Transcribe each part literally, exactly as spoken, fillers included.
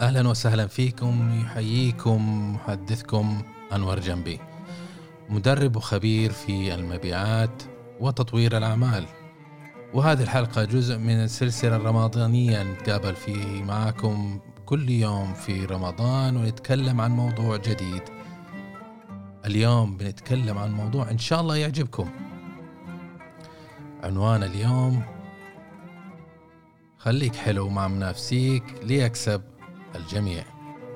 أهلا وسهلا فيكم، يحييكم محدثكم أنور جنبي، مدرب وخبير في المبيعات وتطوير الأعمال. وهذه الحلقة جزء من السلسلة الرمضانية نتقابل فيه معكم كل يوم في رمضان ونتكلم عن موضوع جديد. اليوم بنتكلم عن موضوع إن شاء الله يعجبكم. عنوان اليوم: خليك حلو مع منافسيك ليكسب الجميع.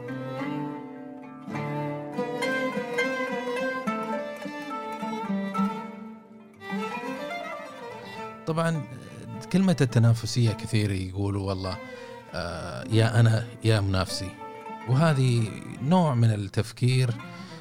طبعا كلمة التنافسية كثير يقولوا والله آه يا أنا يا منافسي، وهذه نوع من التفكير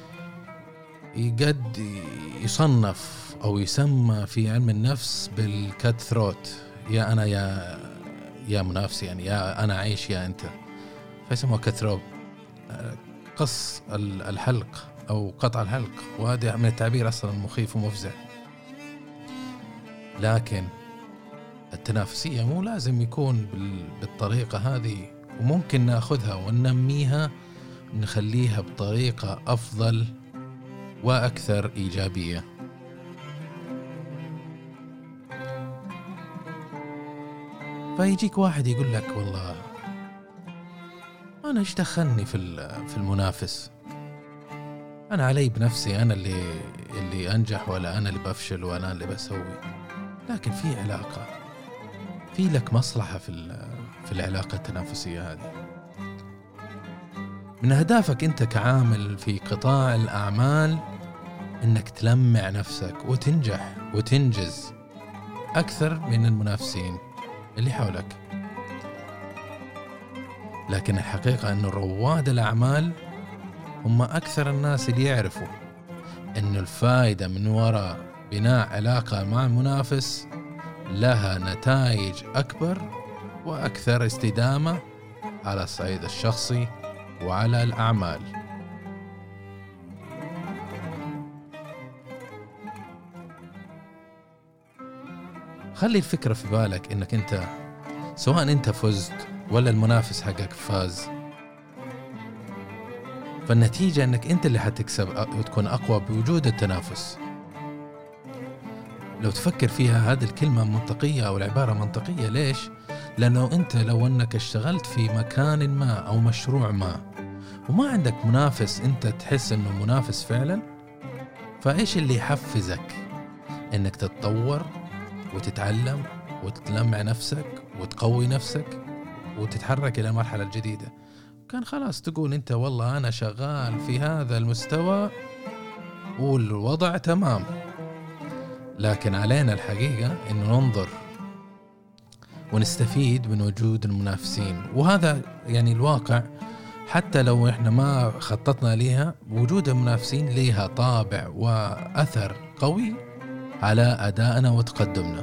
قد يصنف أو يسمى في علم النفس بالكات ثروت، يا أنا يا يا منافسي، يعني يا أنا عايش يا أنت، فيسموه كثروب، قص الحلق أو قطع الحلق، وهذا من التعبير أصلا مخيف ومفزع. لكن التنافسية مو لازم يكون بالطريقة هذه، وممكن نأخذها وننميها نخليها بطريقة أفضل وأكثر إيجابية. فيجيك واحد يقول لك والله أنا إيش دخلني في في المنافس، أنا علي بنفسي، أنا اللي اللي أنجح ولا أنا اللي بفشل وأنا اللي بسوي. لكن في علاقة، في لك مصلحة في في العلاقة التنافسية هذه. من أهدافك أنت كعامل في قطاع الأعمال إنك تلمع نفسك وتنجح وتنجز أكثر من المنافسين اللي حولك. لكن الحقيقة أن رواد الأعمال هم أكثر الناس اللي يعرفوا أن الفائدة من وراء بناء علاقة مع المنافس لها نتائج أكبر وأكثر استدامة على الصعيد الشخصي وعلى الأعمال. خلي الفكرة في بالك أنك أنت سواء أنت فزت ولا المنافس حقك فاز، فالنتيجة أنك أنت اللي حتكسب وتكون أقوى بوجود التنافس. لو تفكر فيها هذه الكلمة منطقية أو العبارة منطقية. ليش؟ لأنه أنت لو أنك اشتغلت في مكان ما أو مشروع ما وما عندك منافس أنت تحس أنه منافس فعلا، فإيش اللي يحفزك أنك تتطور وتتعلم وتلمع نفسك وتقوي نفسك وتتحرك إلى المرحلة الجديدة؟ كان خلاص تقول أنت والله أنا شغال في هذا المستوى والوضع تمام. لكن علينا الحقيقة إنه ننظر ونستفيد من وجود المنافسين، وهذا يعني الواقع. حتى لو إحنا ما خططنا ليها، وجود المنافسين ليها طابع وأثر قوي على أدائنا وتقدمنا.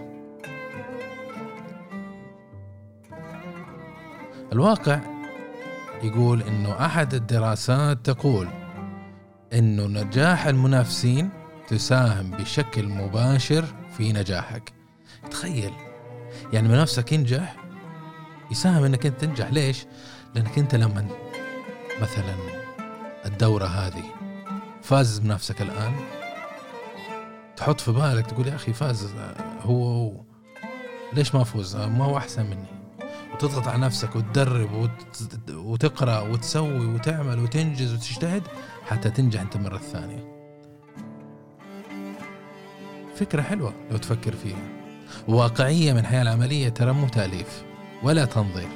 الواقع يقول إنه أحد الدراسات تقول إنه نجاح المنافسين تساهم بشكل مباشر في نجاحك. تخيل يعني منافسك ينجح يساهم إنك أنت تنجح. ليش؟ لأنك أنت لما مثلا الدورة هذه فاز منافسك الآن، تحط في بالك تقول يا أخي فاز هو، ليش ما فوز؟ ما هو أحسن مني. وتضغط على نفسك وتدرب وتقرأ وتسوي وتعمل وتنجز وتجتهد حتى تنجح أنت مرة ثانية. فكرة حلوة لو تفكر فيها، واقعية من الحياة العملية، ترى مو تأليف ولا تنظير.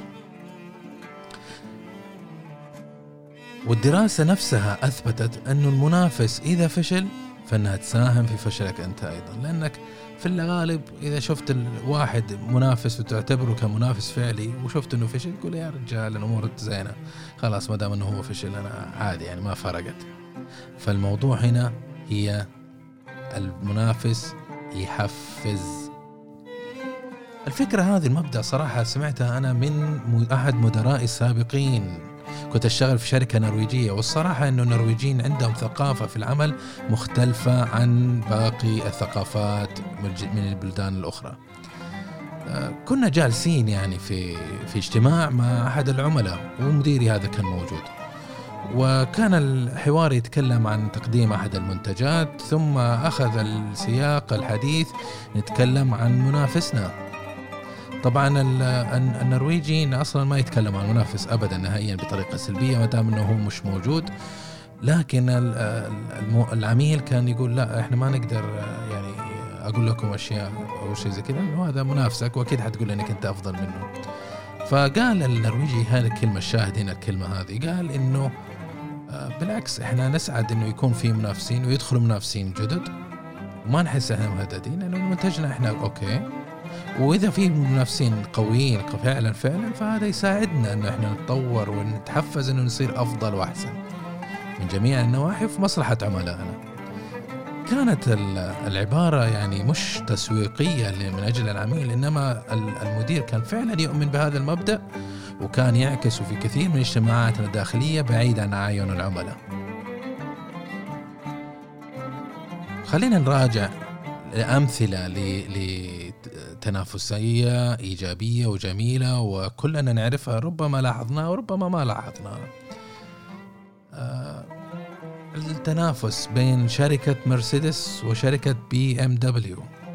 والدراسة نفسها أثبتت أن المنافس إذا فشل فإنها تساهم في فشلك أنت أيضا، لأنك في الغالب إذا شفت الواحد منافس وتعتبره كمنافس فعلي وشفت أنه فشل تقول يا رجال الأمور زينة، خلاص ما دام أنه هو فشل أنا عادي، يعني ما فرقت. فالموضوع هنا هي المنافس يحفز. الفكرة هذه المبدأ صراحة سمعتها أنا من أحد مدرائي السابقين. كنت أشتغل في شركة نرويجية، والصراحة أنه النرويجيين عندهم ثقافة في العمل مختلفة عن باقي الثقافات من البلدان الأخرى. كنا جالسين يعني في في اجتماع مع أحد العملاء ومديري هذا كان موجود، وكان الحوار يتكلم عن تقديم أحد المنتجات، ثم أخذ السياق الحديث نتكلم عن منافسنا. طبعا النرويجيين أصلا ما يتكلم عن المنافس أبدا نهائيا بطريقة سلبية ما دام أنه هو مش موجود، لكن العميل كان يقول لا إحنا ما نقدر يعني أقول لكم أشياء أو شيء زي كذا، إنه هذا منافسك وأكيد حتقول إنك أنت أفضل منه. فقال النرويجي هذه الكلمة، الشاهد هنا الكلمة هذه، قال إنه بالعكس إحنا نسعد إنه يكون في منافسين ويدخلوا منافسين جدد وما نحس إحنا مهددين، لأنه منتجنا إحنا أوكي، وإذا في منافسين قويين فعلا فعلا فهذا يساعدنا إنه إحنا نتطور ونتحفز إنه نصير أفضل وأحسن من جميع النواحي في مصلحة عملائنا. كانت العبارة يعني مش تسويقية من أجل العميل، إنما المدير كان فعلا يؤمن بهذا المبدأ وكان يعكس في كثير من اجتماعاتنا الداخلية بعيد عن أعين العملاء. خلينا نراجع أمثلة لتنافسية إيجابية وجميلة وكلنا نعرفها، ربما لاحظناها وربما ما لاحظناها. التنافس بين شركة مرسيدس وشركة بي ام دبليو،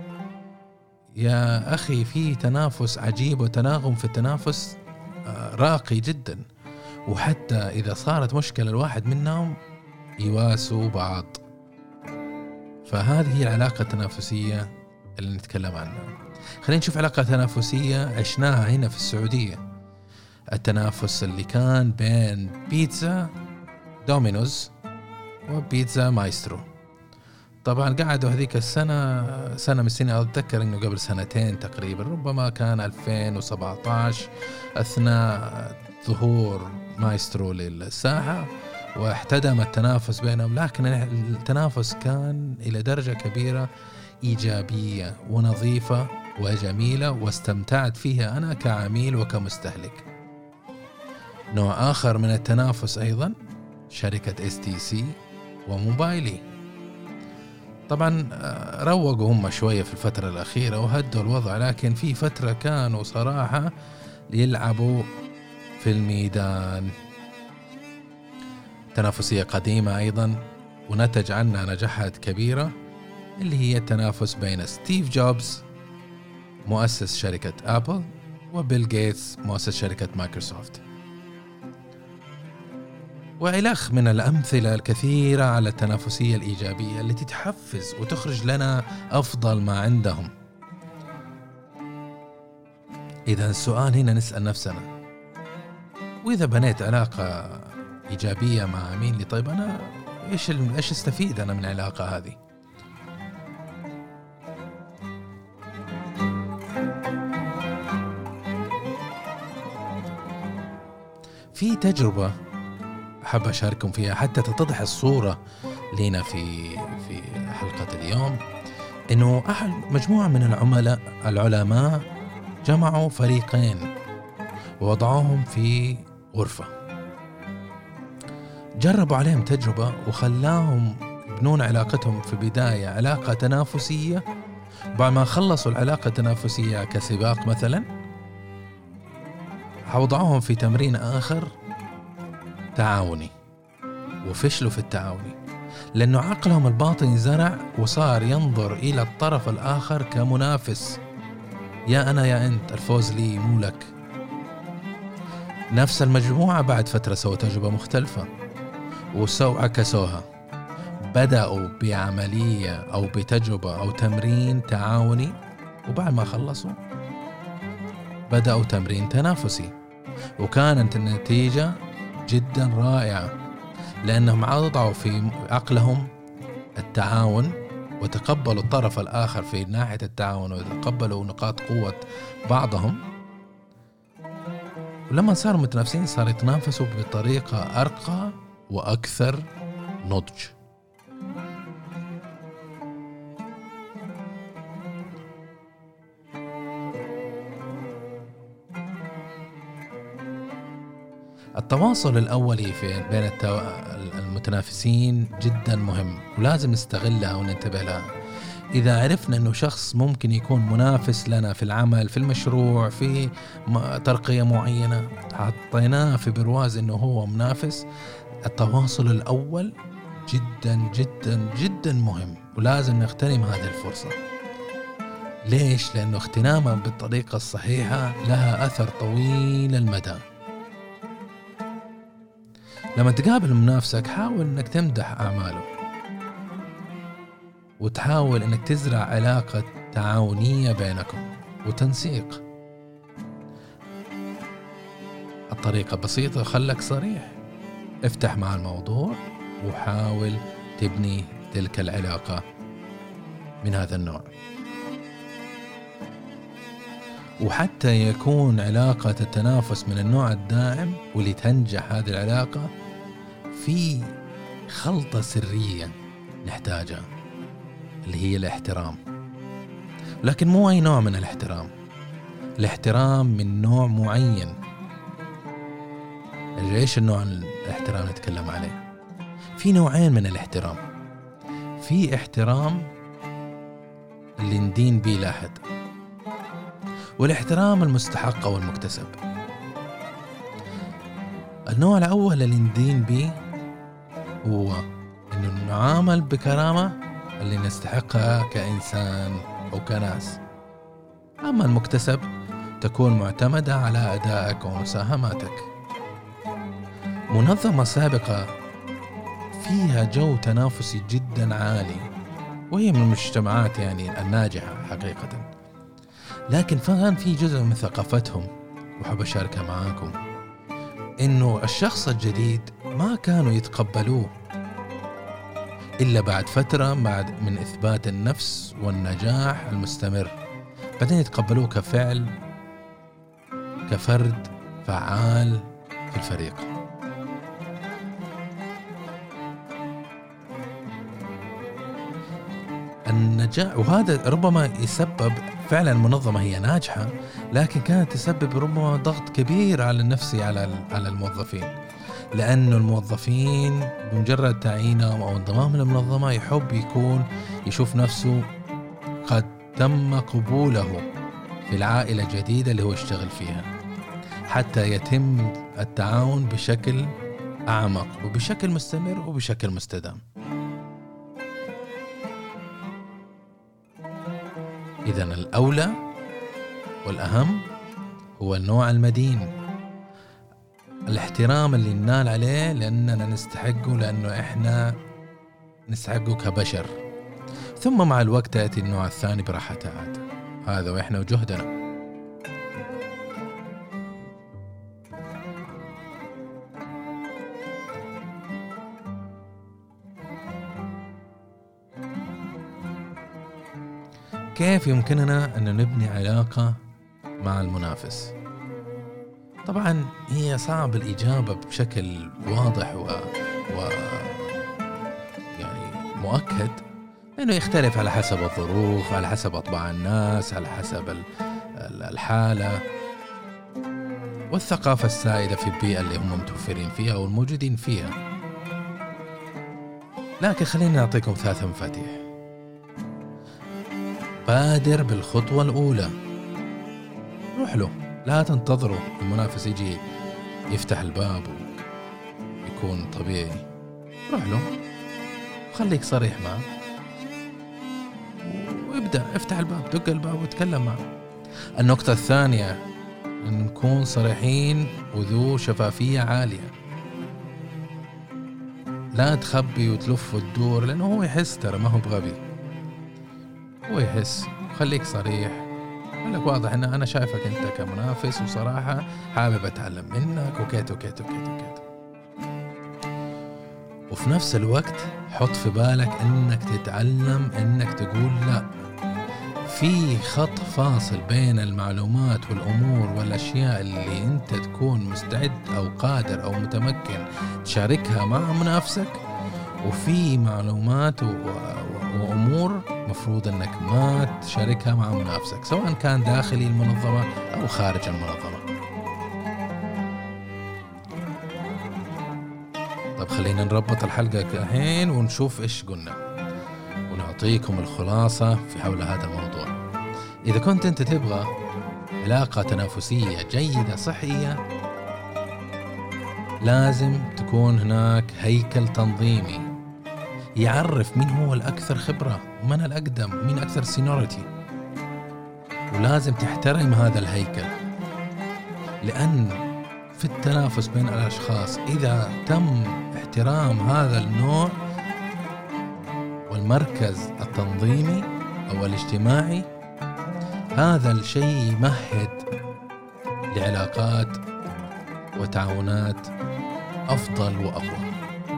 يا أخي في تنافس عجيب وتناغم في التنافس راقي جدا، وحتى إذا صارت مشكلة الواحد منهم يواسوا بعض. فهذه هي العلاقة التنافسية اللي نتكلم عنها. خلينا نشوف علاقة تنافسية عشناها هنا في السعودية، التنافس اللي كان بين بيتزا دومينوز وبيتزا مايسترو. طبعا قعدوا هذيك السنة سنة من السنين، أتذكر أنه قبل سنتين تقريبا، ربما كان ألفين وسبعة عشر، أثناء ظهور مايسترو للساحة واحتدم التنافس بينهم، لكن التنافس كان إلى درجة كبيرة إيجابية ونظيفة وجميلة واستمتعت فيها أنا كعميل وكمستهلك. نوع آخر من التنافس أيضا شركة اس تي سي وموبايلي. طبعا روقوا هم شوية في الفترة الأخيرة وهدوا الوضع، لكن في فترة كانوا صراحة يلعبوا في الميدان. تنافسية قديمة أيضا ونتج عنها نجاحات كبيرة، اللي هي التنافس بين ستيف جوبز مؤسس شركة أبل وبيل غيتس مؤسس شركة مايكروسوفت. وإلخ من الأمثلة الكثيرة على التنافسية الإيجابية التي تحفز وتخرج لنا أفضل ما عندهم. إذا السؤال هنا نسأل نفسنا، وإذا بنيت علاقة إيجابية مع عميلي، طيب أنا إيش إيش استفيد أنا من العلاقة هذه؟ في تجربة حابة أشارككم فيها حتى تتضح الصورة لنا في في حلقة اليوم، إنه أحد مجموعة من العملاء العلماء جمعوا فريقين ووضعوهم في غرفة، جربوا عليهم تجربة وخلاهم يبنون علاقتهم في البداية علاقة تنافسية. بعد ما خلصوا العلاقة التنافسية كسباق مثلا، وضعوهم في تمرين آخر تعاوني وفشلوا في التعاوني، لأنه عقلهم الباطني زرع وصار ينظر إلى الطرف الآخر كمنافس، يا أنا يا أنت، الفوز لي مو لك. نفس المجموعة بعد فترة سووا تجربة مختلفة وسووا عكسوها، بدأوا بعملية أو بتجربة أو تمرين تعاوني، وبعد ما خلصوا بدأوا تمرين تنافسي، وكانت النتيجة جدا رائعة، لأنهم وضعوا في عقلهم التعاون وتقبلوا الطرف الآخر في ناحية التعاون وتقبلوا نقاط قوة بعضهم. ولما صاروا متنافسين صاروا يتنافسوا بطريقة أرقى وأكثر نضج. التواصل الأولي في بين التو... المتنافسين جدا مهم ولازم نستغلها وننتبه لها. إذا عرفنا أنه شخص ممكن يكون منافس لنا في العمل، في المشروع، في ترقية معينة، حطيناه في برواز أنه هو منافس، التواصل الأول جدا جدا جدا مهم، ولازم نغتنم هذه الفرصة. ليش؟ لأنه اغتنامها بالطريقة الصحيحة لها أثر طويل المدى. لما تقابل منافسك حاول أنك تمدح أعماله، وتحاول أنك تزرع علاقة تعاونية بينكم وتنسيق. الطريقة بسيطة، خلك صريح، افتح مع الموضوع وحاول تبني تلك العلاقة من هذا النوع. وحتى يكون علاقة التنافس من النوع الداعم واللي تنجح هذه العلاقة، في خلطة سرية نحتاجها اللي هي الاحترام. لكن مو أي نوع من الاحترام، الاحترام من نوع معين. ايش النوع الاحترام نتكلم عليه؟ في نوعين من الاحترام. في احترام اللي ندين به لاحد، والاحترام المستحق أو المكتسب. النوع الأول اللي ندين به هو إنه نعامل بكرامة اللي نستحقها كإنسان أو كناس. أما المكتسب تكون معتمدة على أدائك ومساهماتك. منظمة سابقة فيها جو تنافسي جدا عالي، وهي من المجتمعات يعني الناجحة حقيقة، لكن كان في جزء من ثقافتهم وحب أشاركها معاكم، إنه الشخص الجديد ما كانوا يتقبلوه إلا بعد فترة بعد من إثبات النفس والنجاح المستمر، بعدين يتقبلوه كفعل كفرد فعال في الفريق. النجاح، وهذا ربما يسبب فعلا منظمة هي ناجحة، لكن كانت تسبب ربما ضغط كبير على النفسي على على الموظفين، لأنه الموظفين بمجرد تعيينهم أو انضمام للمنظمة يحب يكون يشوف نفسه قد تم قبوله في العائلة الجديدة اللي هو يشتغل فيها، حتى يتم التعاون بشكل أعمق وبشكل مستمر وبشكل مستدام. إذن الأولى والأهم هو النوع المدين، الاحترام اللي ننال عليه لأننا نستحقه، لأنه إحنا نستحقه كبشر. ثم مع الوقت يأتي النوع الثاني براحته عاد، هذا وإحنا وجهدنا. كيف يمكننا أن نبني علاقة مع المنافس؟ طبعا هي صعب الإجابة بشكل واضح و... و... يعني مؤكد، لأنه يختلف على حسب الظروف، على حسب أطباع الناس، على حسب الحالة والثقافة السائدة في البيئة اللي هم متوفرين فيها أو الموجودين فيها. لكن خلينا نعطيكم ثلاثة مفاتيح. بادر بالخطوة الأولى، روح له، لا تنتظروا المنافس يجي يفتح الباب ويكون طبيعي. روح له، خليك صريح معه، وابدأ افتح الباب، دق الباب وتكلم معه. النقطة الثانية أن نكون صريحين وذو شفافية عالية، لا تخبي وتلف وتدور، لأنه هو يحس، ترى ما هو بغبي، هو يحس. خليك صريح، لك واضح ان انا شايفك انت كمنافس وصراحة حابب اتعلم منك وكيت وكيت وكيت وكيت. وفي نفس الوقت حط في بالك انك تتعلم انك تقول لا. في خط فاصل بين المعلومات والامور والاشياء اللي انت تكون مستعد او قادر او متمكن تشاركها مع منافسك، وفي معلومات و... وأمور مفروض أنك ما تشاركها مع منافسك، سواء كان داخلي المنظمة أو خارج المنظمة. طب خلينا نربط الحلقة كهين ونشوف إيش قلنا أعطيكم الخلاصة في حول هذا الموضوع. إذا كنت أنت تبغى علاقة تنافسية جيدة صحية، لازم تكون هناك هيكل تنظيمي يعرف مين هو الأكثر خبرة ومن الأقدم، مين أكثر سينوريتي، ولازم تحترم هذا الهيكل، لأن في التنافس بين الأشخاص إذا تم احترام هذا النوع والمركز التنظيمي أو الاجتماعي، هذا الشيء يمهد لعلاقات وتعاونات أفضل وأقوى.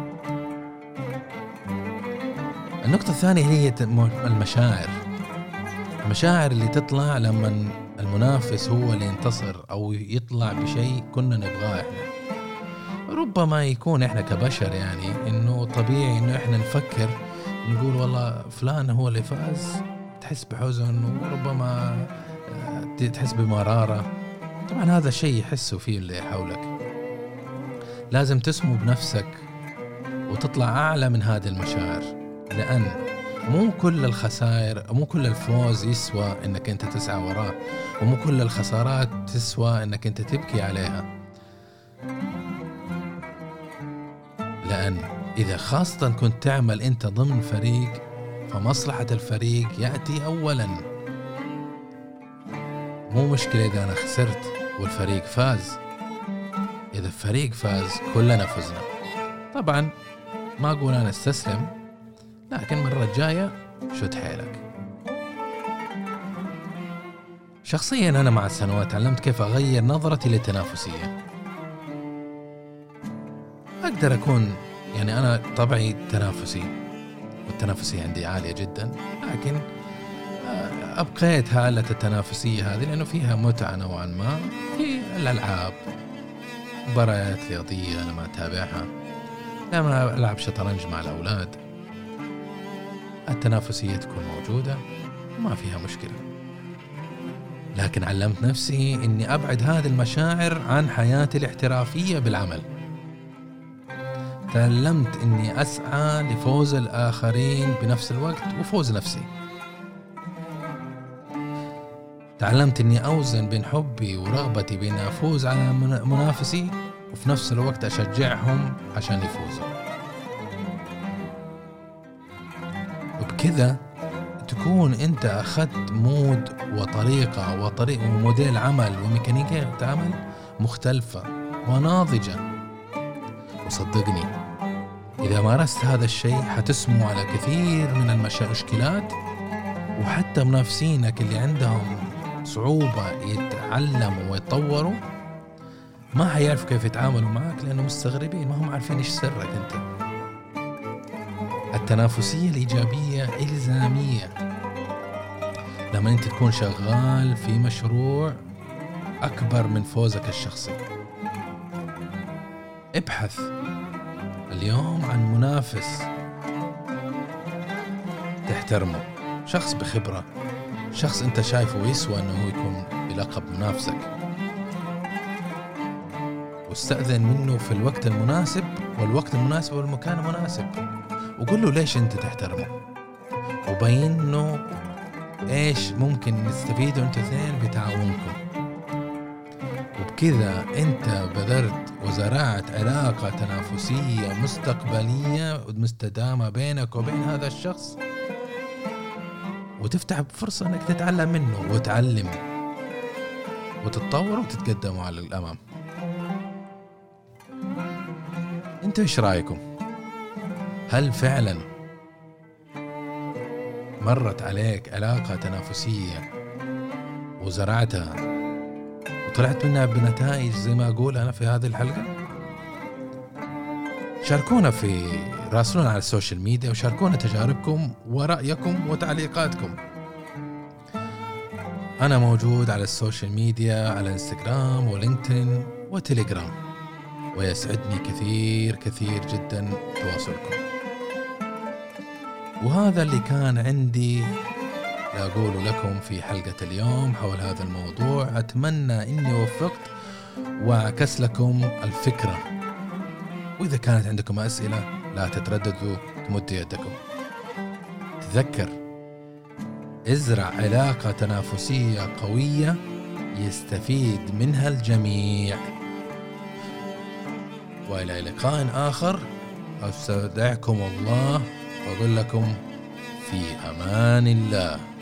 النقطة الثانية هي المشاعر. المشاعر اللي تطلع لما المنافس هو اللي ينتصر أو يطلع بشيء كنا نبغاه إحنا. ربما يكون إحنا كبشر يعني إنه طبيعي إنه إحنا نفكر نقول والله فلان هو اللي فاز، تحس بحزن وربما تحس بمرارة. طبعا هذا شيء يحسوا فيه اللي حولك. لازم تسمو بنفسك وتطلع أعلى من هذه المشاعر، لأن مو كل الخسائر، مو كل الفوز يسوى إنك أنت تسعى وراه، ومو كل الخسارات تسوى إنك أنت تبكي عليها. لأن إذا خاصة كنت تعمل أنت ضمن فريق، فمصلحة الفريق يأتي أولا. مو مشكلة إذا أنا خسرت والفريق فاز، إذا الفريق فاز كلنا فزنا. طبعا ما أقول أنا استسلم، لكن مرة الجاية شد حيلك. شخصيا أنا مع السنوات تعلمت كيف أغير نظرتي للتنافسية. أقدر أكون يعني أنا طبعي تنافسي، والتنافسية عندي عالية جدا، لكن أبقيت هالة التنافسية هذه لأنه فيها متعة نوعا ما في الألعاب، مباريات رياضية أنا ما أتابعها، لما ألعب شطرنج مع الأولاد التنافسية تكون موجودة وما فيها مشكلة. لكن علمت نفسي أني أبعد هذه المشاعر عن حياتي الاحترافية بالعمل. تعلمت أني أسعى لفوز الآخرين بنفس الوقت وفوز نفسي. تعلمت أني أوزن بين حبي ورغبتي بين أفوز على منافسي وفي نفس الوقت أشجعهم عشان يفوزوا. وبكذا تكون أنت أخذت مود وطريقة وطريقة وموديل عمل وميكانيكية عمل مختلفة وناضجة. وصدقني إذا مارست هذا الشيء حتسمو على كثير من المشكلات، وحتى منافسينك اللي عندهم صعوبة يتعلموا ويتطوروا ما حيعرفوا كيف يتعاملوا معك، لأنهم مستغربين، ما هم عارفين إيش سرك أنت. التنافسية الإيجابية إلزامية. لما أنت تكون شغال في مشروع أكبر من فوزك الشخصي، ابحث اليوم عن منافس تحترمه، شخص بخبرة، شخص أنت شايفه يسوى أنه يكون بلقب منافسك، واستأذن منه في الوقت المناسب والوقت المناسب والمكان المناسب، وقل له ليش أنت تحترمه، وبين له إيش ممكن نستفيد أنت اثنين بتعاونكم. وبكذا أنت بذرت وزرعت علاقة تنافسية مستقبلية مستدامة بينك وبين هذا الشخص، وتفتح فرصة أنك تتعلم منه وتعلم وتتطور وتتقدم على الأمام. أنت إيش رأيكم؟ هل فعلا مرت عليك علاقة تنافسية وزرعتها وطلعت منها بنتائج زي ما أقول أنا في هذه الحلقة؟ شاركونا في راسلونا على السوشيال ميديا، وشاركونا تجاربكم ورأيكم وتعليقاتكم. أنا موجود على السوشيال ميديا على انستغرام ولينكدين وتليجرام، ويسعدني كثير كثير جدا تواصلكم. وهذا اللي كان عندي لأقول لكم في حلقة اليوم حول هذا الموضوع. أتمنى إني وفقت وأعكس لكم الفكرة، وإذا كانت عندكم أسئلة لا تترددوا تمد يدكم. تذكر، ازرع علاقة تنافسية قوية يستفيد منها الجميع. وإلى لقاء آخر، أستودعكم الله وأقول لكم في أمان الله.